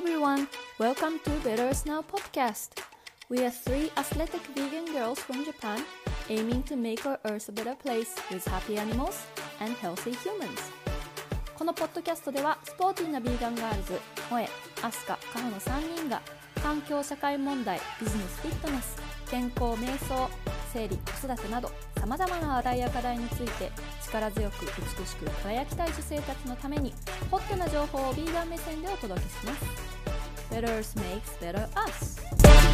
everyone, welcome to Better Us Now podcast. We are three athletic vegan girls from Japan aiming to make our earth a better place with happy animals and healthy humans. このポッドキャストではスポーティーなビーガンガールズ、萌え、アスカ、カホの3人が環境社会問題、ビジネスフィットネス、健康瞑想、生理、子育てなどさまざまな話題や課題について力強く美しく輝きたい女性たちのためにホットな情報をビーガン目線でお届けします。 Better Earth makes better us。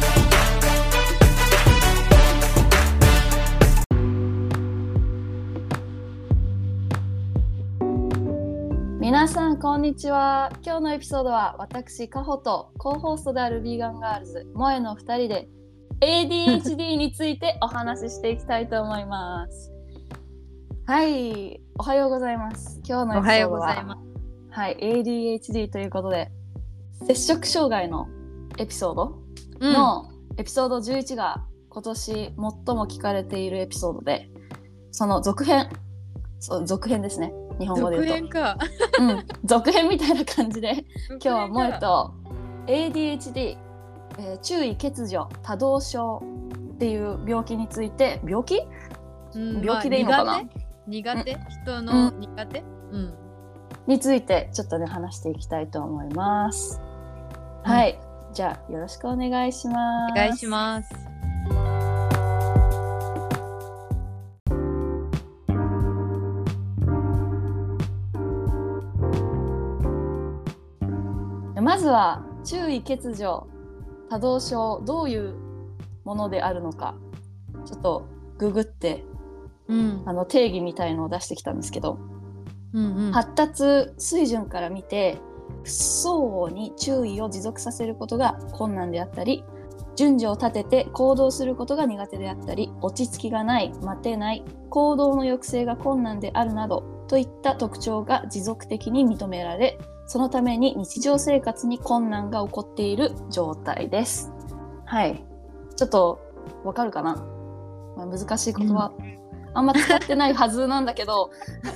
皆さんこんにちは。今日のエピソードは私カホとコホストであるビーガンガールズ萌えの2人で ADHD についてお話ししていきたいと思います。はい、おはようございます。今日のエピソードはおはようございます。 はい、ADHD ということで摂食障害のエピソードの、エピソード11が今年最も聞かれているエピソードで、その続編ですね、日本語で言うと続編か続編みたいな感じで今日は萌えと ADHD、注意欠如多動症っていう病気について、病気でいいのかな、 苦手人の苦手、 についてちょっとね話していきたいと思います。はい、じゃあよろしくお願いします。 お願いします。 まずは注意欠如多動症、どういうものであるのかちょっとググって、定義みたいのを出してきたんですけど、発達水準から見て不相応に注意を持続させることが困難であったり、順序を立てて行動することが苦手であったり、落ち着きがない、待てない、行動の抑制が困難であるなどといった特徴が持続的に認められ、そのために日常生活に困難が起こっている状態です。はい、ちょっとわかるかな、難しい言葉、あんま使ってないはずなんだけど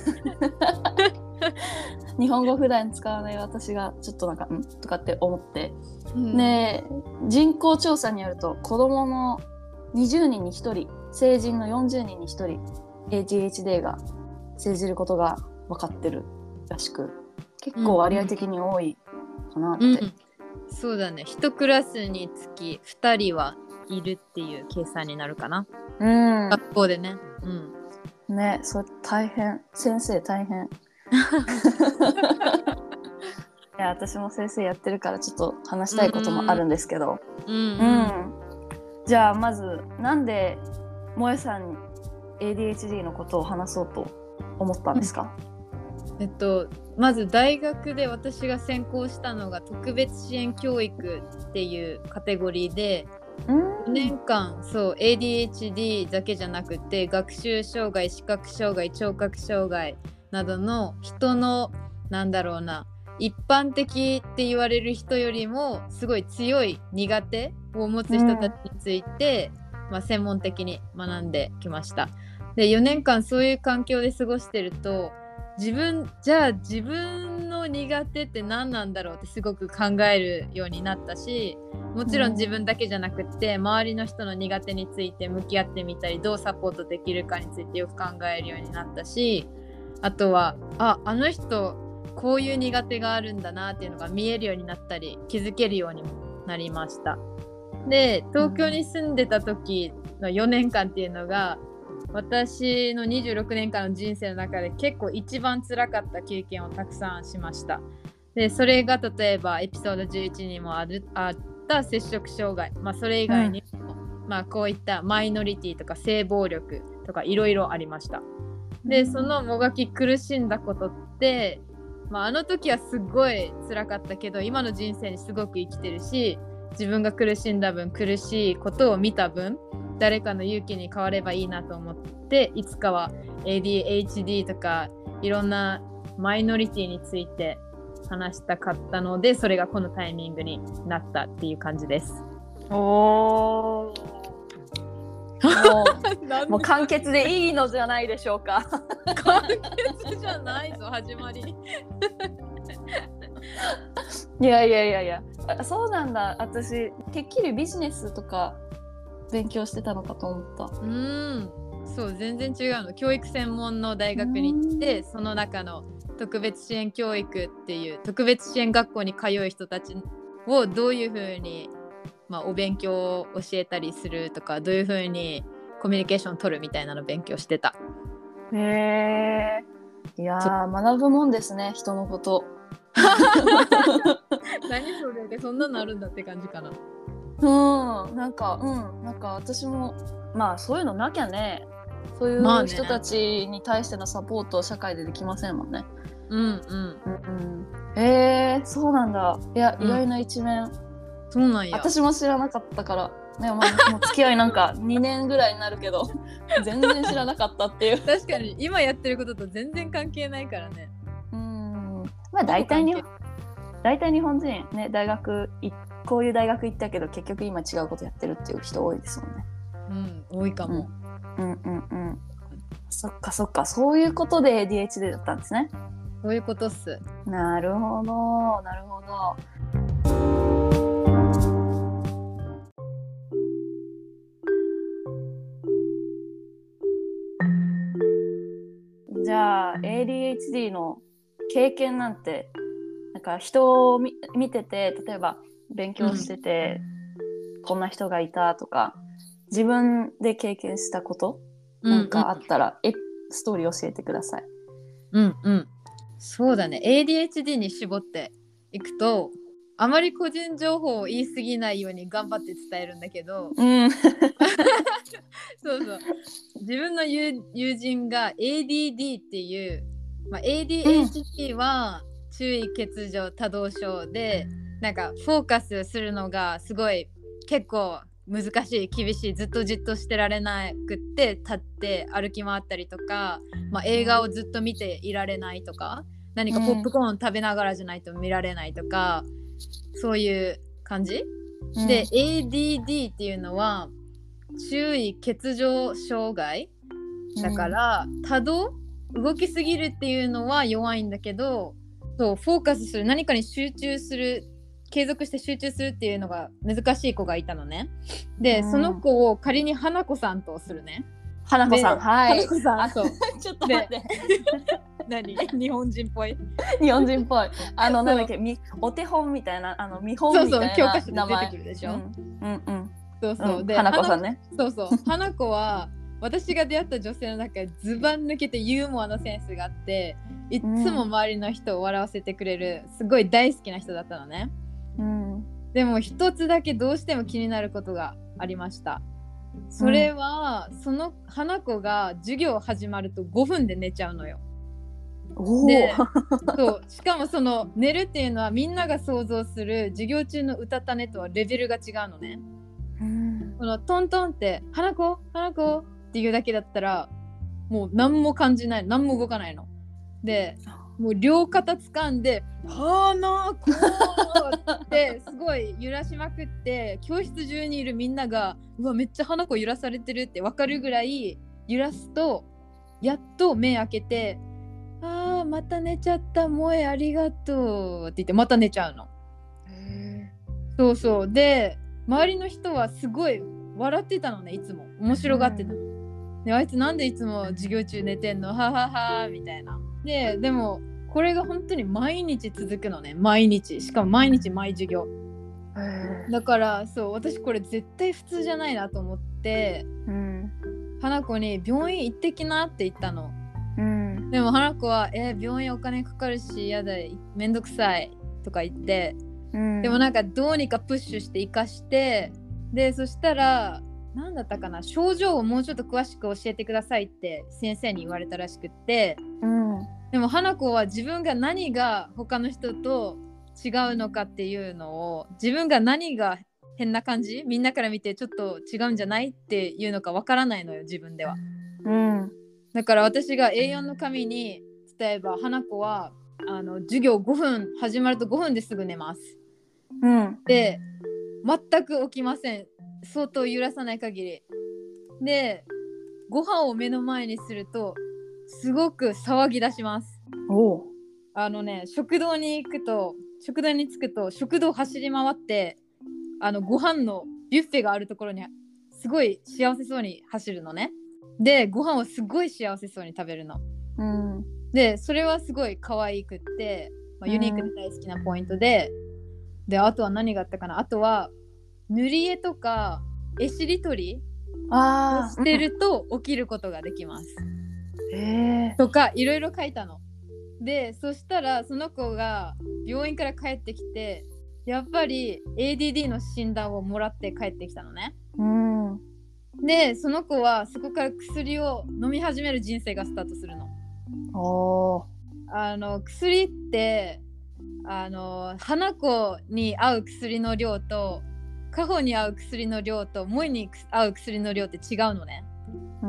日本語普段使わない私がちょっとなんかとかって思って、で人口調査によると子供の20人に1人、成人の40人に1人 ADHD が生じることが分かってるらしく、結構割合的に多いかなって、 そうだね、1クラスにつき2人はいるっていう計算になるかな、学校でね。 ね、それ大変、先生大変いや私も先生やってるからちょっと話したいこともあるんですけど、じゃあまずなんで萌えさんに ADHD のことを話そうと思ったんですか？ まず大学で私が専攻したのが特別支援教育っていうカテゴリーで、4年間ADHD だけじゃなくて学習障害、視覚障害、聴覚障害などの人の一般的って言われる人よりもすごい強い苦手を持つ人たちについて、専門的に学んできました。で4年間そういう環境で過ごしてると、自分の苦手って何なんだろうってすごく考えるようになったし、もちろん自分だけじゃなくって周りの人の苦手について向き合ってみたり、どうサポートできるかについてよく考えるようになったし、あとはあの人こういう苦手があるんだなっていうのが見えるようになったり気づけるようにもなりました。で東京に住んでた時の4年間っていうのが私の26年間の人生の中で結構一番辛かった経験をたくさんしました。でそれが例えばエピソード11にもあった摂食障害、それ以外にも、こういったマイノリティとか性暴力とかいろいろありました。でそのもがき苦しんだことって、あの時はすごい辛かったけど今の人生にすごく生きてるし、自分が苦しんだ分、苦しいことを見た分、誰かの勇気に変わればいいなと思って、いつかは ADHD とかいろんなマイノリティについて話したかったので、それがこのタイミングになったっていう感じです。 もう簡潔でいいのじゃないでしょうか。 簡潔じゃないぞ始まりいやあ、そうなんだ。私てっきりビジネスとか勉強してたのかと思った。 そう全然違うの。教育専門の大学に行って、その中の特別支援教育っていう特別支援学校に通う人たちをどういうふうに、お勉強を教えたりするとか、どういうふうにコミュニケーション取るみたいなの勉強してた。 へえ。いやー、学ぶもんですね、人のこと。 何それでそんなのあるんだって感じかな。 なんか私もそういうのなきゃね、そういう人たちに対してのサポートを社会でできませんもんね。そうなんだ。いや、意外な一面。 そうなんや。 私も知らなかったからね。もう付き合いなんか2年ぐらいになるけど全然知らなかったっていう。 確かに今やってることと全然関係ないからね。 大体日本人ね、こういう大学行ったけど結局今違うことやってるっていう人多いですもんね。 多いかも。 そっかそっか、そういうことで ADHD だったんですね。 そういうことっす。 なるほどなるほど。じゃあ ADHD の経験なんて、なんか人を見てて、例えば勉強してて、こんな人がいたとか、自分で経験したことなんかあったら、ストーリー教えてください。 そうだね。ADHD に絞っていくと、あまり個人情報を言い過ぎないように頑張って伝えるんだけど、そう自分の友人が ADD っていう、ADHD は注意欠如多動症で、なんかフォーカスするのがすごい結構難しい、厳しい、ずっとじっとしてられなくって、立って歩き回ったりとか、映画をずっと見ていられないとか、何かポップコーン食べながらじゃないと見られないとか、そういう感じ、で ADD っていうのは注意欠如障害だから、多動、動きすぎるっていうのは弱いんだけど、フォーカスする、何かに集中する、継続して集中するっていうのが難しい子がいたのね。で、その子を仮に花子さんとするね。 花子さん、はい。 花子さん、そう。 ちょっと待って。 何？日本人っぽい。 日本人っぽい。なんだっけ、お手本みたいな、見本みたいな教科書で出てくるでしょ。 で、花子さんね。 花子は私が出会った女性の中でズバン抜けてユーモアのセンスがあって、いつも周りの人を笑わせてくれる、すごい大好きな人だったのね。でも一つだけどうしても気になることがありました。それは、その花子が授業始まると5分で寝ちゃうのよ。でしかもその寝るっていうのはみんなが想像する授業中のうたた寝とはレベルが違うのね。このトントンって花子花子っていうだけだったらもう何も感じない、何も動かないので、もう両肩掴んで花子ってすごい揺らしまくって、教室中にいるみんながうわめっちゃ花子揺らされてるって分かるぐらい揺らすと、やっと目開けて、また寝ちゃった、萌えありがとうって言ってまた寝ちゃうの。で周りの人はすごい笑ってたのね、いつも面白がってた。で、あいつなんでいつも授業中寝てんの、はははみたいな。でもこれが本当に毎日続くのね、毎日、しかも毎日毎授業だから、私これ絶対普通じゃないなと思って、花子に病院行ってきなって言ったの。でも花子は病院お金かかるしやだ、めんどくさいとか言って、でもなんかどうにかプッシュして生かして、でそしたら何だったかな、症状をもうちょっと詳しく教えてくださいって先生に言われたらしくって、でも花子は自分が何が他の人と違うのかっていうのを、自分が何が変な感じ、みんなから見てちょっと違うんじゃないっていうのかわからないのよ、自分では。だから私が A4 の紙に、例えば花子は授業5分始まると5分ですぐ寝ます、で全く起きません、相当揺らさない限りで、ご飯を目の前にするとすごく騒ぎ出します。食堂に行くと食堂に着くと食堂走り回ってご飯のビュッフェがあるところにすごい幸せそうに走るのね。でご飯をすごい幸せそうに食べるの、うん、でそれはすごい可愛くって、ユニークで大好きなポイントで、であとは何があったかな。あとは塗り絵とか絵しりとりをしてると起きることができます、とかいろいろ書いたの。でそしたらその子が病院から帰ってきてやっぱり ADD の診断をもらって帰ってきたのね、うん、でその子はそこから薬を飲み始める人生がスタートするの。薬って花子に合う薬の量とカホに合う薬の量とモイに合う薬の量って違うのね、うん、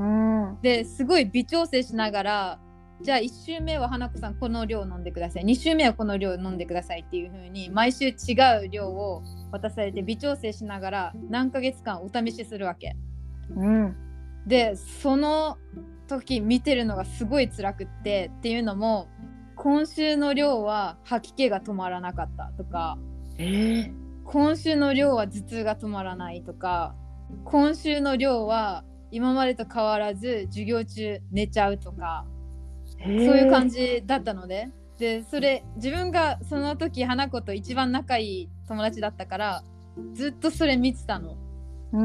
ですごい微調整しながら、じゃあ1週目は花子さんこの量飲んでください、2週目はこの量飲んでくださいっていう風に毎週違う量を渡されて微調整しながら何ヶ月間お試しするわけ、うん、でその時見てるのがすごい辛くってっていうのも今週の量は吐き気が止まらなかったとか、今週の量は頭痛が止まらないとか、今週の量は今までと変わらず授業中寝ちゃうとか、そういう感じだったので、それ自分がその時花子と一番仲いい友達だったからずっとそれ見てたの、うん、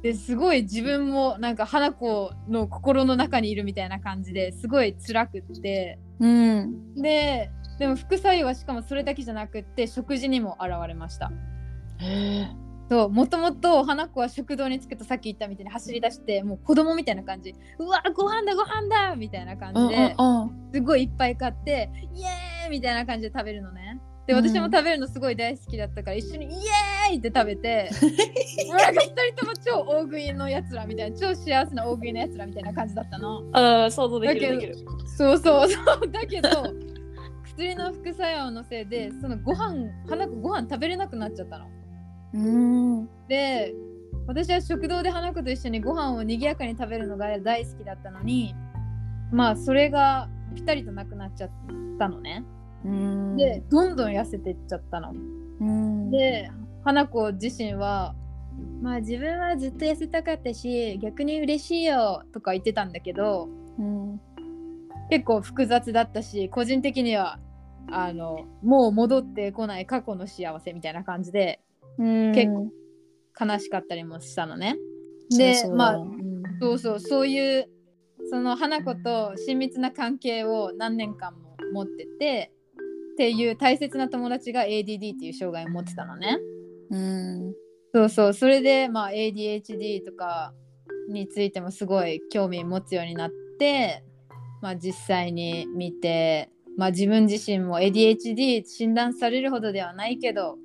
ですごい自分もなんか花子の心の中にいるみたいな感じですごい辛くって、うん、でも副作用はしかもそれだけじゃなくって食事にも現れました。もともと花子は食堂に着くとさっき言ったみたいに走り出してもう子供みたいな感じ、うわご飯だみたいな感じで、すごいいっぱい買ってイエーイみたいな感じで食べるのね。で私も食べるのすごい大好きだったから一緒にイエーイって食べてなんか2人とも超大食いのやつらみたいな、超幸せな大食いのやつらみたいな感じだったの。 想像できる。 そうだけど薬の副作用のせいでその花子ご飯食べれなくなっちゃったの。で私は食堂で花子と一緒にご飯を賑やかに食べるのが大好きだったのに、それがピタリとなくなっちゃったのね。でどんどん痩せてっちゃったの。で花子自身は自分はずっと痩せたかったし逆に嬉しいよとか言ってたんだけど、結構複雑だったし個人的にはもう戻ってこない過去の幸せみたいな感じで結構悲しかったりもしたのね。でそういうその花子と親密な関係を何年間も持っててっていう大切な友達が ADD っていう障害を持ってたのね。それでADHD とかについてもすごい興味持つようになって、実際に見て、自分自身も ADHD 診断されるほどではないけど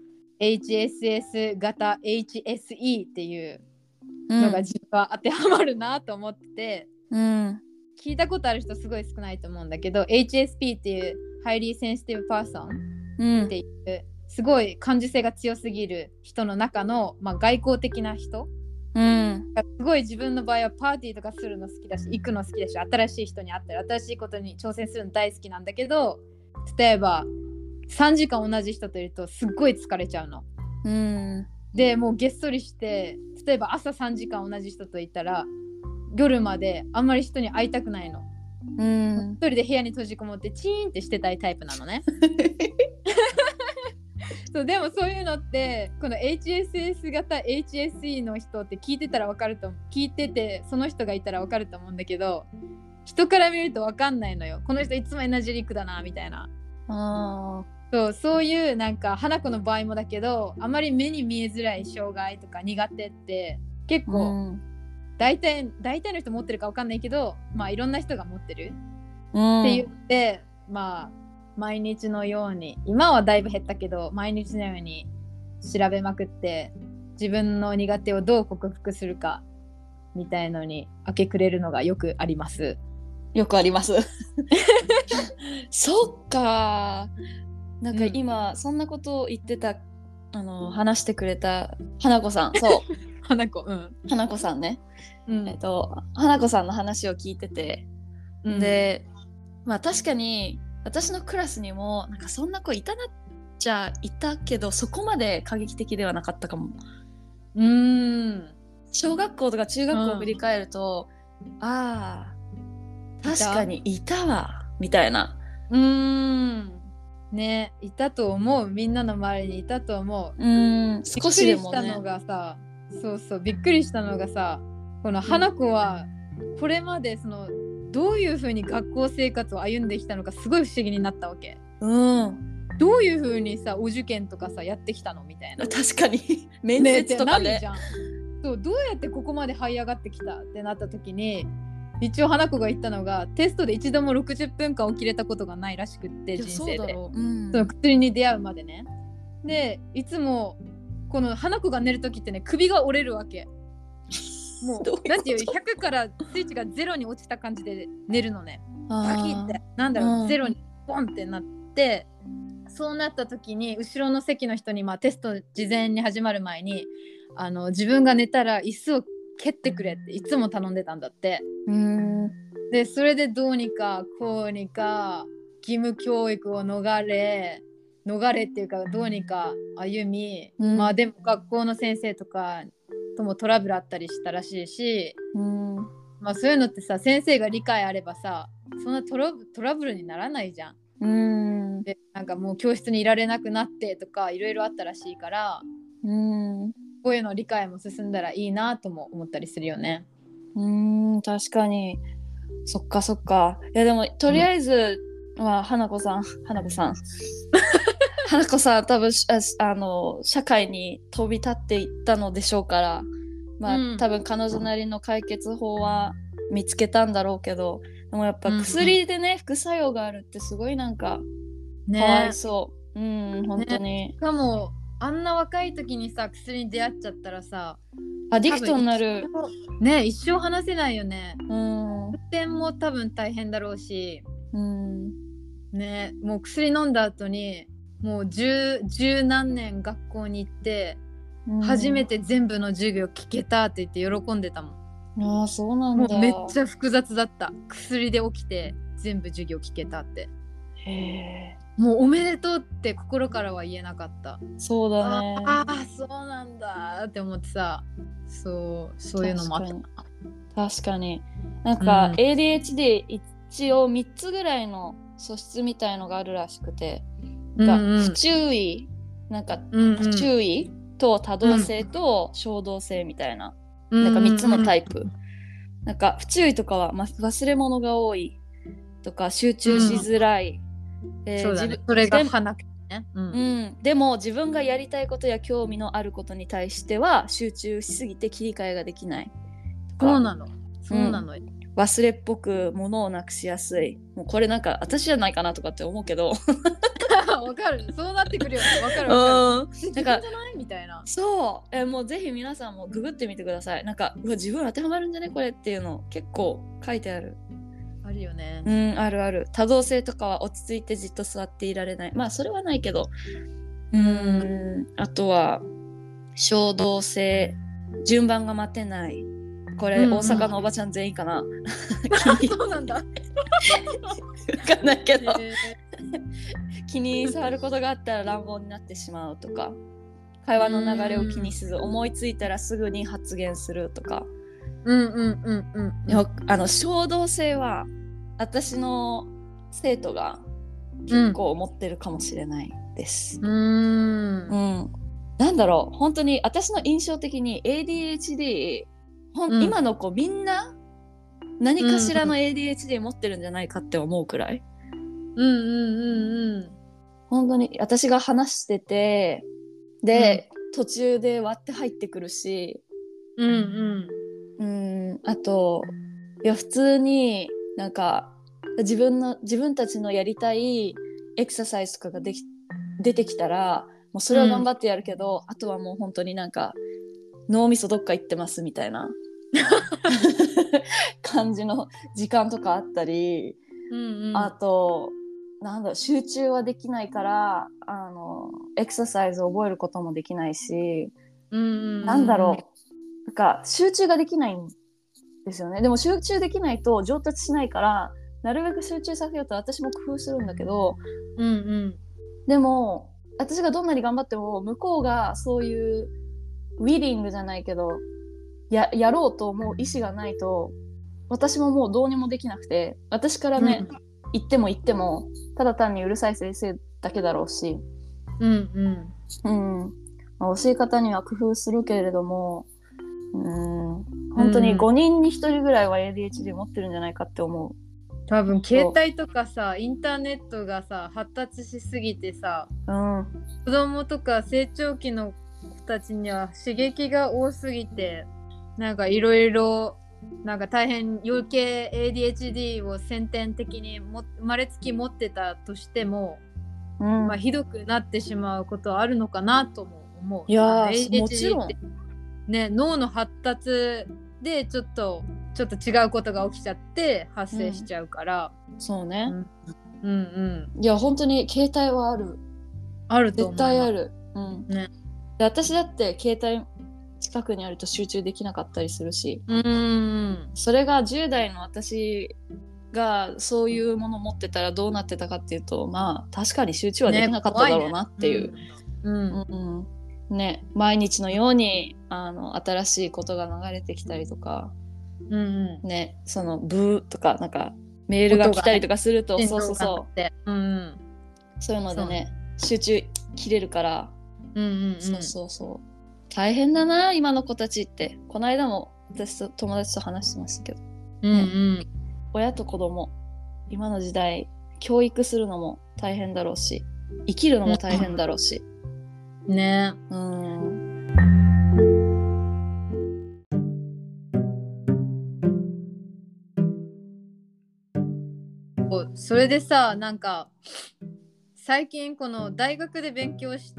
HSS 型 HSE っていうのが自分は当てはまるなと思ってて、聞いたことある人すごい少ないと思うんだけど HSP っていうHighly Sensitive Person っていう、すごい感受性が強すぎる人の中の、外交的な人、すごい自分の場合はパーティーとかするの好きだし行くの好きだし新しい人に会ったり新しいことに挑戦するの大好きなんだけど、例えば3時間同じ人といるとすっごい疲れちゃうの。でもうげっそりして、例えば朝3時間同じ人といたら夜まであんまり人に会いたくないの。一人で部屋に閉じこもってチーンってしてたいタイプなのね。でもそういうのってこの HSS 型 HSE の人って聞いてたら分かると思う。聞いててその人がいたら分かると思うんだけど、人から見ると分かんないのよ。この人いつもエナジーリックだなみたいな。そういうなんか花子の場合もだけど、あまり目に見えづらい障害とか苦手って結構、大体の人持ってるか分かんないけど、いろんな人が持ってる、って言って毎日のように、今はだいぶ減ったけど毎日のように調べまくって自分の苦手をどう克服するかみたいのに明け暮れるのがよくあります。 そっか。なんか今、そんなことを言ってた話してくれた花子さん、そう花子さんね、花子さんの話を聞いてて、で確かに私のクラスにもなんかそんな子いたな、 ちゃいたけどそこまで過激的ではなかったかも。小学校とか中学校を振り返ると、ああ確かにいたわみたいな。 ね、いたと思う。みんなの周りにいたと思う。 少しでもね。 びっくりしたのがさ、そうそう、びっくりしたのがさ、この花子はこれまでそのどういう風に学校生活を歩んできたのかすごい不思議になったわけ。どういう風にさお受験とかさやってきたのみたいな。 確かに面接とかね。 そう、どうやってここまで這い上がってきたってなった時に、一応花子が言ったのが、テストで一度も60分間起きれたことがないらしくって、人生でその薬に出会うまでね。でいつもこの花子が寝る時ってね、首が折れるわけ。もうなんていう100からスイッチが0に落ちた感じで寝るのね。パキってなんだろう、0にポンってなって、そうなった時に後ろの席の人に、テスト事前に始まる前に自分が寝たら椅子を蹴ってくれっていつも頼んでたんだって。でそれでどうにかこうにか義務教育を逃れっていうか、どうにか歩み、でも学校の先生とかともトラブルあったりしたらしいし、そういうのってさ、先生が理解あればさ、そんなトラブルにならないじゃん。でなんかもう教室にいられなくなってとかいろいろあったらしいから、こういうの理解も進んだらいいなとも思ったりするよね。 確かに。そっかそっか。いやでもとりあえず、花子さん花子さん多分社会に飛び立っていったのでしょうから、多分彼女なりの解決法は見つけたんだろうけど、でもやっぱ薬でね、副作用があるってすごいなんかかわいそう。本当に。 しかもあんな若い時にさ薬に出会っちゃったらさ、 アディクトになるね、一生離せないよね。運転も多分大変だろうし、ね、もう薬飲んだ後にもう十何年学校に行って、初めて全部の授業聞けたって言って喜んでたもん。 そうなんだ。 もうめっちゃ複雑だった。薬で起きて全部授業聞けたって。もうおめでとうって心からは言えなかった。 そうだね。 そうなんだって思ってさ、そういうのもあった。 確かに。なんか、ADHD 一応3つぐらいの素質みたいのがあるらしくて、不注意、不注意と多動性と衝動性みたいな、なんか3つのタイプ。なんか不注意とかは、忘れ物が多いとか集中しづらい。 そうだね、それが花くね。 でも自分がやりたいことや興味のあることに対しては集中しすぎて切り替えができないとか。 そうなの忘れっぽく物をなくしやすい。もうこれなんか私じゃないかなとかって思うけどわかる、そうなってくるよね。わかる自分じゃないみたいな。 そう、もうぜひ皆さんもググってみてください。なんか自分当てはまるんじゃねこれっていうの結構書いてあるよね。 あるある。多動性とかは落ち着いてじっと座っていられない。それはないけど、あとは衝動性、順番が待てない。これ、大阪のおばちゃん全員かな。 そうなんだ。わかんないけど気に障ることがあったら乱暴になってしまうとか、会話の流れを気にせず思いついたらすぐに発言するとか。衝動性は私の生徒が結構持ってるかもしれないです。なんだろう、本当に私の印象的に ADHD、今の子みんな何かしらの ADHD 持ってるんじゃないかって思うくらい。本当に私が話しててで、途中で割って入ってくるし、あと普通になんか自分たちのやりたいエクササイズとかが出てきたらもうそれを頑張ってやるけど、あとはもう本当になんか脳みそどっか行ってますみたいな感じの時間とかあったり、あとなんだろう、集中はできないからエクササイズを覚えることもできないし、なんだろう、なんか集中ができないんですよね。でも集中できないと上達しないからなるべく集中させようと私も工夫するんだけど、でも私がどんなに頑張っても向こうがそういうウィリングじゃないけどやろうと思う意思がないと私ももうどうにもできなくて、私からね、言ってもただ単にうるさい先生だけだろうし、まあ、教え方には工夫するけれども、本当に5人に1人ぐらいは ADHD 持ってるんじゃないかって思う。 多分携帯とかさ、インターネットがさ発達しすぎてさ、子供とか成長期の子たちには刺激が多すぎて、なんかいろいろなんか大変余計 ADHD を先天的に生まれつき持ってたとしても、まあ、ひどくなってしまうことはあるのかなとも思う。 いやー、 もちろんね、脳の発達でちょっと違うことが起きちゃって発生しちゃうから、 そうね、 いや本当に携帯はあると思う。絶対ある、ね、で私だって携帯近くにあると集中できなかったりするし、それが10代の私がそういうものを持ってたらどうなってたかっていうと、まあ確かに集中はできなかっただろうなっていう、ね、毎日のように新しいことが流れてきたりとか、ね、そのブーとかなんかメールが来たりとかすると、そういうのでね集中切れるから、そう大変だな今の子たちって。この間も私と友達と話してましたけど、親と子供今の時代教育するのも大変だろうし生きるのも大変だろうし、 ね。それでさ、なんか最近この大学で勉強して、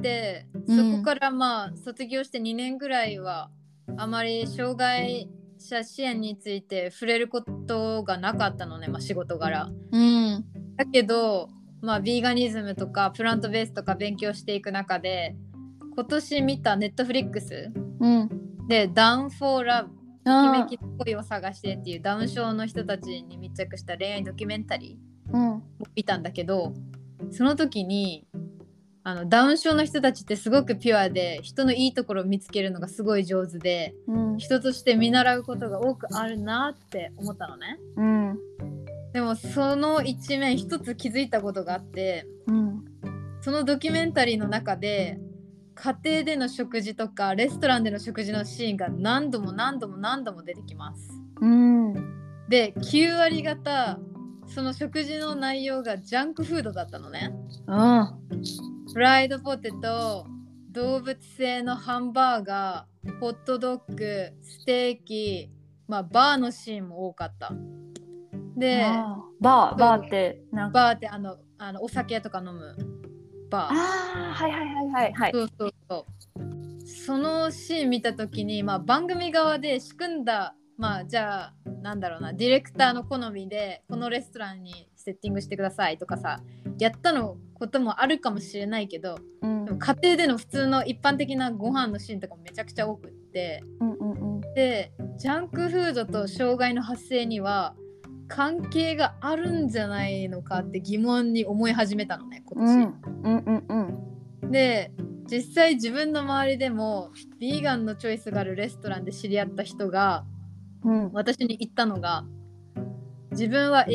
そこからまあ卒業して2年ぐらいはあまり障害者支援について触れることがなかったのね、まあ、仕事柄、だけど、まあ、ビーガニズムとかプラントベースとか勉強していく中で今年見たネットフリックスでダウンフォーラブときめきの恋を探してっていうダウン症の人たちに密着した恋愛ドキュメンタリーを見たんだけど、その時にダウン症の人たちってすごくピュアで人のいいところを見つけるのがすごい上手で、人として見習うことが多くあるなって思ったのね、でもその一面一つ気づいたことがあって、そのドキュメンタリーの中で家庭での食事とかレストランでの食事のシーンが何度も出てきます、で9割方その食事の内容がジャンクフードだったのね。フライドポテト、動物性のハンバーガー、ホットドッグ、ステーキ、まあバーのシーンも多かった。で、 バーってなんかバーってお酒とか飲むバー。そのシーン見た時に、まあ、番組側で仕組んだ、まあじゃあなんだろうな、ディレクターの好みでこのレストランにセッティングしてくださいとかさやったのこともあるかもしれないけど、でも家庭での普通の一般的なご飯のシーンとかもめちゃくちゃ多くって、でジャンクフードと障害の発生には関係があるんじゃないのかって疑問に思い始めたのね今年、で実際自分の周りでもビーガンのチョイスがあるレストランで知り合った人が、私に言ったのが、自分は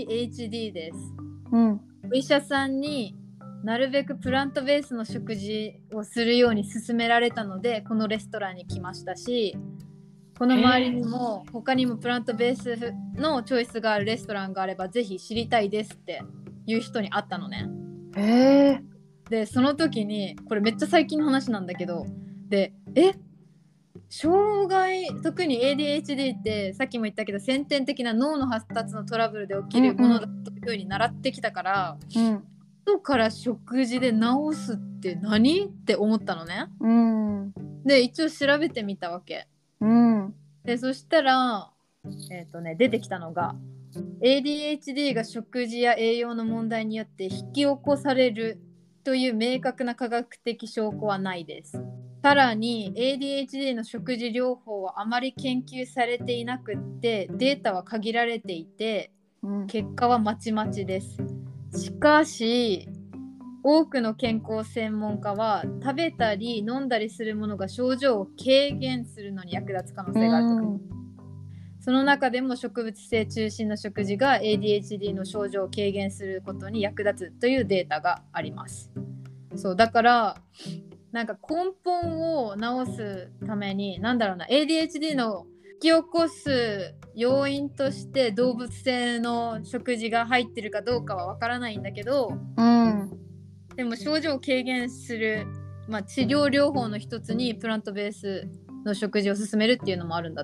ADHD です、お医者さんになるべくプラントベースの食事をするように勧められたのでこのレストランに来ましたし、この周りにも他にもプラントベースのチョイスがあるレストランがあればぜひ知りたいですっていう人に会ったのね。でその時に、これめっちゃ最近の話なんだけど、で障害、特に ADHD ってさっきも言ったけど先天的な脳の発達のトラブルで起きるものだというふうに習ってきたから、後から食事で治すって何って思ったのね、で一応調べてみたわけ、でそしたら出てきたのが ADHD が食事や栄養の問題によって引き起こされるという明確な科学的証拠はないです。さらに ADHD の食事療法はあまり研究されていなくってデータは限られていて、結果はまちまちです。しかし多くの健康専門家は食べたり飲んだりするものが症状を軽減するのに役立つ可能性があるとか、その中でも植物性中心の食事が ADHD の症状を軽減することに役立つというデータがあります。そうだからなんか根本を治すためにADHD の引き起こす要因として動物性の食事が入ってるかどうかはわからないんだけど、でも症状を軽減する、治療療法の一つにプラントベースの食事を勧めるっていうのもあるんだって。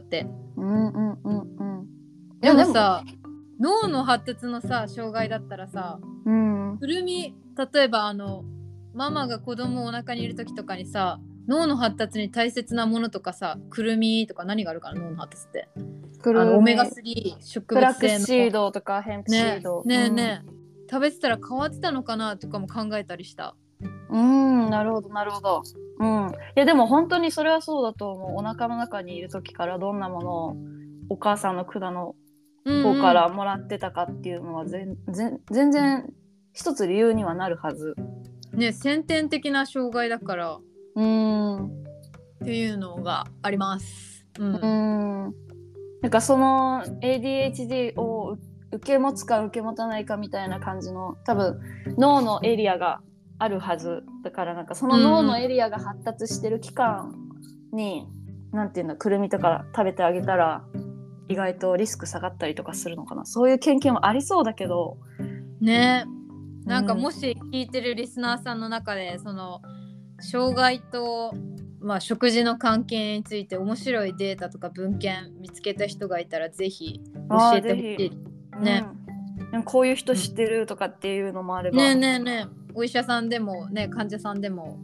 でもさ、脳の発達のさ障害だったらさ、くるみ、例えばママが子供をお腹にいる時とかにさ、脳の発達に大切なものとかさ、くるみとか何があるかな、脳の発達って。オメガ3植物性のフラックスシードとかヘンプシード食べてたら変わってたのかなとかも考えたりした。 なるほどなるほど。いやでも本当にそれはそうだと思う。お腹の中にいる時からどんなものをお母さんの管の方からもらってたかっていうのは全然一つ理由にはなるはずね。先天的な障害だからっていうのがあります。 なんかその ADHD を受け持つか受け持たないかみたいな感じの多分脳のエリアがあるはずだから、なんかその脳のエリアが発達してる期間に、なんていうんだ、くるみとか食べてあげたら意外とリスク下がったりとかするのかな。そういう研究もありそうだけどね。なんかもし聞いてるリスナーさんの中でその障害と食事の関係について面白いデータとか文献見つけた人がいたらぜひ教えてほしいね。 こういう人知ってるとかっていうのもあればねお医者さんでもね、患者さんでも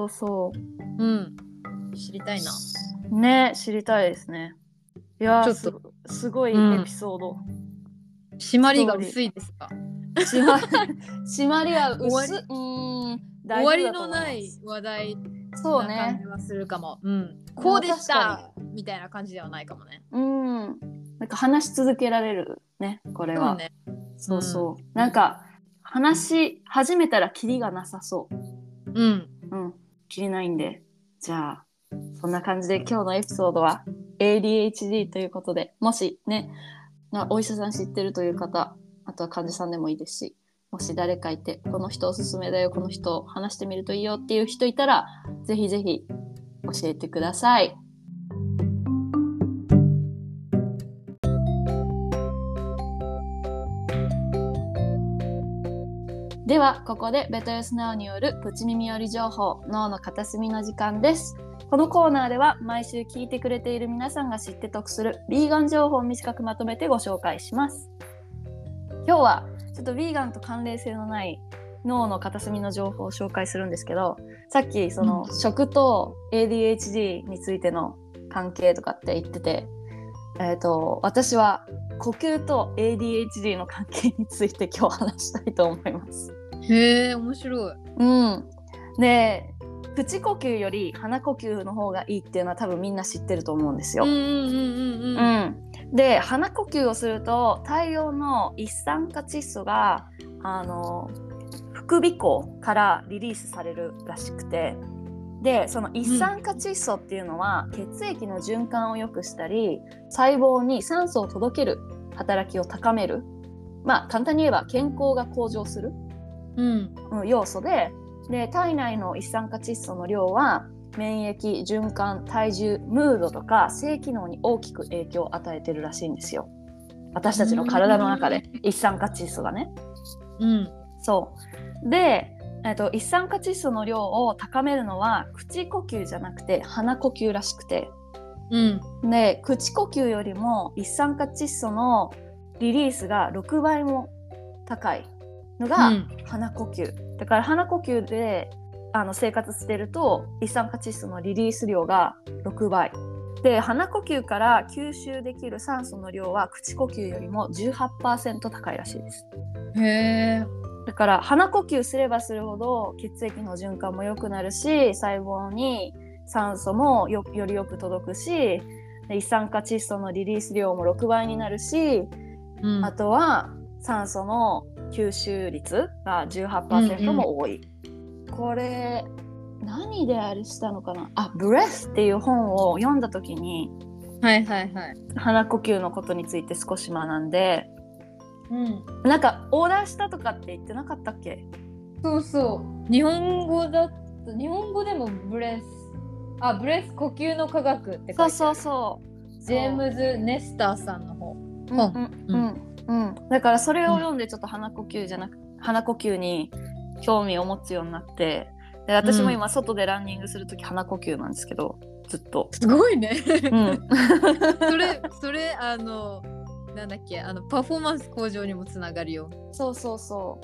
知りたいなね。知りたいですね。いやちょっとすごいエピソード、 締まりが薄いですか？ 締まりは薄い。 終わりのない話題な感じはするかも。こうでしたみたいな感じではないかもね。 なんか話し続けられるね、これは。そう、なんか話し始めたらキリがなさそう。キリないんで、じゃあそんな感じで今日のエピソードは ADHD ということで、もしね、お医者さん知ってるという方、あとは患者さんでもいいですし、もし誰かいてこの人おすすめだよ、この人話してみるといいよっていう人いたらぜひぜひ教えてください。ではここでベトヨスナウによるプチ耳寄り情報、脳の片隅の時間です。このコーナーでは毎週聞いてくれている皆さんが知って得するヴィーガン情報を短くまとめてご紹介します。今日はちょっとヴィーガンと関連性のない脳の片隅の情報を紹介するんですけど、さっきその食と ADHD についての関係とかって言ってて、私は呼吸と ADHD の関係について今日話したいと思います。 へー、面白い。 で、口呼吸より鼻呼吸の方がいいっていうのは多分みんな知ってると思うんですよ。で、鼻呼吸をすると大量の一酸化窒素が副鼻孔からリリースされるらしくて、でその一酸化窒素っていうのは血液の循環を良くしたり、細胞に酸素を届ける働きを高める、簡単に言えば健康が向上する、要素で、体内の一酸化窒素の量は免疫、循環、体重、ムードとか性機能に大きく影響を与えてるらしいんですよ。私たちの体の中で一酸化窒素がね。そうで、一酸化窒素の量を高めるのは口呼吸じゃなくて鼻呼吸らしくて、で口呼吸よりも一酸化窒素のリリースが6倍も高いのが鼻呼吸、だから鼻呼吸で生活してると一酸化窒素のリリース量が6倍で、鼻呼吸から吸収できる酸素の量は口呼吸よりも 18% 高いらしいです。 へー。 だから鼻呼吸すればするほど血液の循環も良くなるし、細胞に酸素も よりよく届くし、一酸化窒素のリリース量も6倍になるし、あとは酸素の吸収率が 18% も多い、 これ何であれしたのかな、ブレスっていう本を読んだ時に、 はいはいはい、 鼻呼吸のことについて少し学んで、なんかオーダーしたとかって言ってなかったっけ？ そうそう、日本語でもブレス呼吸の科学って書いてある。そうジェームズ・ネスターさんの本。 だからそれを読んでちょっと鼻呼吸に興味を持つようになって、で私も今外でランニングするとき鼻呼吸なんですけど、ずっとすごいね。それなんだっけ、パフォーマンス向上にもつながるよ。 そう、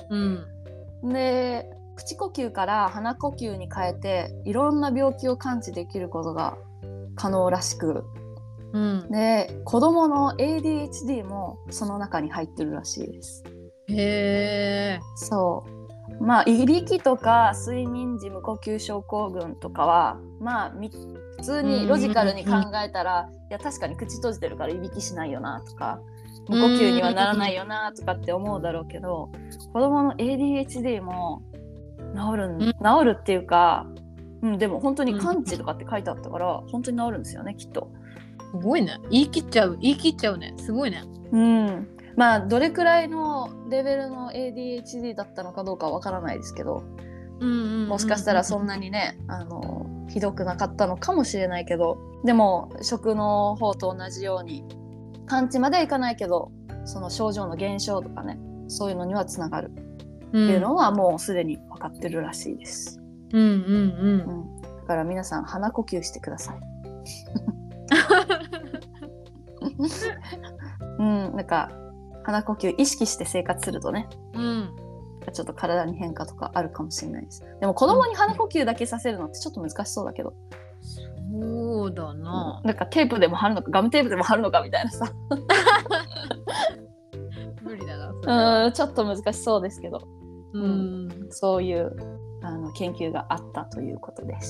で口呼吸から鼻呼吸に変えていろんな病気を感知できることが可能らしく、で子供の ADHD もその中に入ってるらしいです。 へー。 そうまあいびきとか睡眠時無呼吸症候群とかはまあ普通にロジカルに考えたら、いや確かに口閉じてるからいびきしないよなとか無呼吸にはならないよなとかって思うだろうけど、子供の ADHD も治るっていうか、でも本当に完治とかって書いてあったから、本当に治るんですよね、きっと。 すごいね。言い切っちゃうね。すごいね。 まあどれくらいのレベルの ADHD だったのかどうかはわからないですけど、もしかしたらそんなにねひどくなかったのかもしれないけど、でも食の方と同じように完治まではいかないけど、その症状の減少とかね、そういうのにはつながるっていうのはもうすでに分かってるらしいです。だから皆さん鼻呼吸してください。なんか鼻呼吸意識して生活するとね、ちょっと体に変化とかあるかもしれないです。でも子供に鼻呼吸だけさせるのってちょっと難しそうだけど。 そうだな。 なんかテープでも貼るのかガムテープでも貼るのかみたいなさ。 無理だな。 ちょっと難しそうですけど、そういう研究があったということです。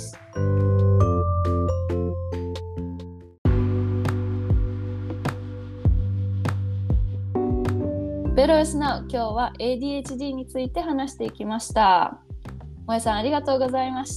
ベロエスナウ、今日は ADHD について話していきました。萌さんありがとうございました。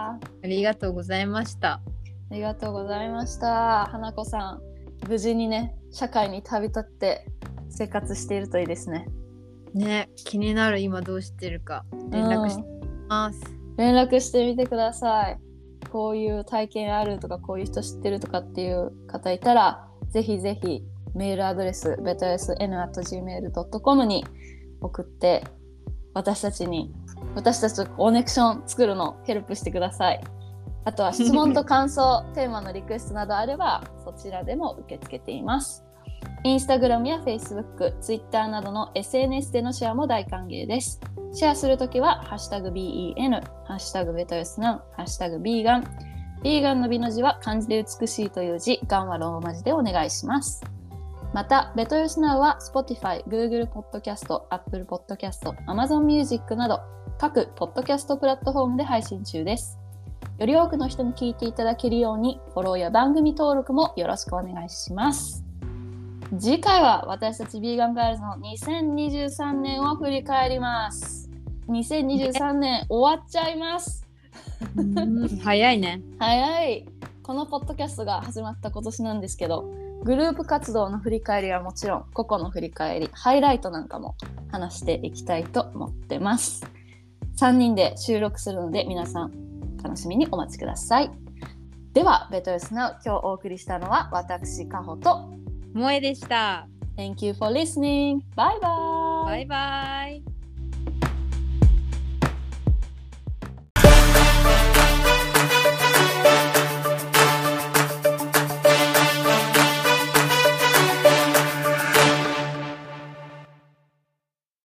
ありがとうございました。 ありがとうございました。花子さん無事にね社会に旅立って生活しているといいですね。 ね、気になる。今どうしてるか連絡してます。 連絡してみてください。こういう体験あるとかこういう人知ってるとかっていう方いたらぜひぜひメールアドレス betosn@gmail.com に送って私たちとコネクション作るのヘルプしてください。あとは質問と感想テーマのリクエストなどあればそちらでも受け付けています。インスタグラムやフェイスブック、ツイッターなどの SNS でのシェアも大歓迎です。シェアするときはハッシュタグ BEN、ハッシュタグベトヨスナウ、ハッシュタグビーガン。ビーガンの美の字は漢字で美しいという字、ガンはローマ字でお願いします。また、ベトヨスナウは Spotify、Google Podcast、Apple Podcast、Amazon Music など各ポッドキャストプラットフォームで配信中です。より多くの人に聞いていただけるようにフォローや番組登録もよろしくお願いします。次回は私たちビーガンガールズの2023年を振り返ります。2023年終わっちゃいます。 早いね。 早い。このポッドキャストが始まった今年なんですけど、グループ活動の振り返りはもちろん個々の振り返り、ハイライトなんかも話していきたいと思ってます。3人で収録するので皆さん楽しみにお待ちください。ではベトヨスナウ、今日お送りしたのは私カホと萌えでした。 Thank you for listening. Bye bye. バイバイ。